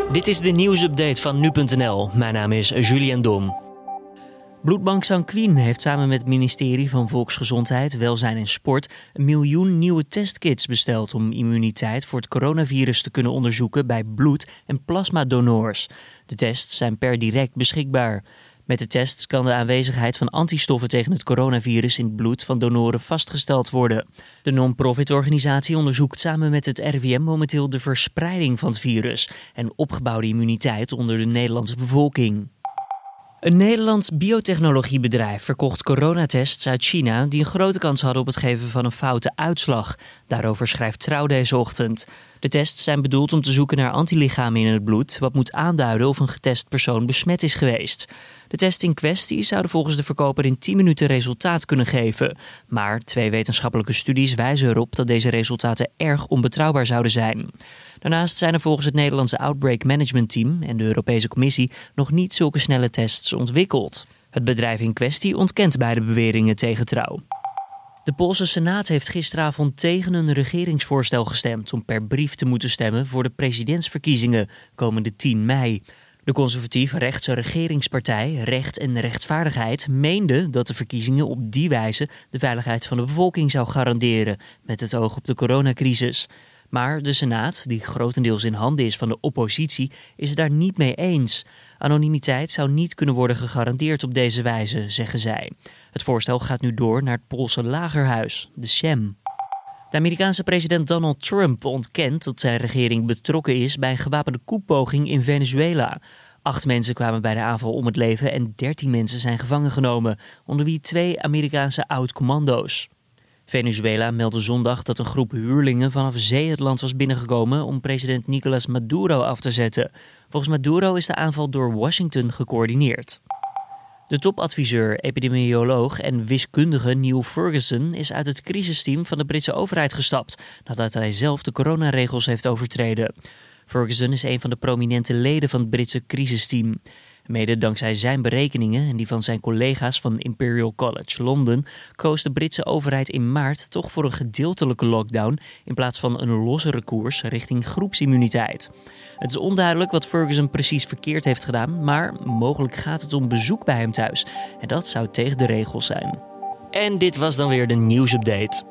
Dit is de nieuwsupdate van nu.nl. Mijn naam is Julian Dom. Bloedbank Sanquin heeft samen met het ministerie van Volksgezondheid, Welzijn en Sport 1 miljoen nieuwe testkits besteld om immuniteit voor het coronavirus te kunnen onderzoeken bij bloed- en plasmadonors. De tests zijn per direct beschikbaar. Met de tests kan de aanwezigheid van antistoffen tegen het coronavirus in het bloed van donoren vastgesteld worden. De non-profit organisatie onderzoekt samen met het RIVM momenteel de verspreiding van het virus en opgebouwde immuniteit onder de Nederlandse bevolking. Een Nederlands biotechnologiebedrijf verkocht coronatests uit China die een grote kans hadden op het geven van een foute uitslag. Daarover schrijft Trouw deze ochtend. De tests zijn bedoeld om te zoeken naar antilichamen in het bloed, wat moet aanduiden of een getest persoon besmet is geweest. De tests in kwestie zouden volgens de verkoper in 10 minuten resultaat kunnen geven. Maar 2 wetenschappelijke studies wijzen erop dat deze resultaten erg onbetrouwbaar zouden zijn. Daarnaast zijn er volgens het Nederlandse Outbreak Management Team en de Europese Commissie nog niet zulke snelle tests ontwikkeld. Het bedrijf in kwestie ontkent beide beweringen tegen Trouw. De Poolse Senaat heeft gisteravond tegen een regeringsvoorstel gestemd om per brief te moeten stemmen voor de presidentsverkiezingen komende 10 mei. De conservatief-rechtse regeringspartij Recht en Rechtvaardigheid meende dat de verkiezingen op die wijze de veiligheid van de bevolking zou garanderen, met het oog op de coronacrisis. Maar de Senaat, die grotendeels in handen is van de oppositie, is het daar niet mee eens. Anonimiteit zou niet kunnen worden gegarandeerd op deze wijze, zeggen zij. Het voorstel gaat nu door naar het Poolse lagerhuis, de Sejm. De Amerikaanse president Donald Trump ontkent dat zijn regering betrokken is bij een gewapende koepoging in Venezuela. 8 mensen kwamen bij de aanval om het leven en 13 mensen zijn gevangen genomen, onder wie 2 Amerikaanse oud-commando's. Venezuela meldde zondag dat een groep huurlingen vanaf zee het land was binnengekomen om president Nicolás Maduro af te zetten. Volgens Maduro is de aanval door Washington gecoördineerd. De topadviseur, epidemioloog en wiskundige Neil Ferguson is uit het crisisteam van de Britse overheid gestapt, nadat hij zelf de coronaregels heeft overtreden. Ferguson is een van de prominente leden van het Britse crisisteam. Mede dankzij zijn berekeningen en die van zijn collega's van Imperial College Londen koos de Britse overheid in maart toch voor een gedeeltelijke lockdown in plaats van een lossere koers richting groepsimmuniteit. Het is onduidelijk wat Ferguson precies verkeerd heeft gedaan, maar mogelijk gaat het om bezoek bij hem thuis. En dat zou tegen de regels zijn. En dit was dan weer de nieuwsupdate.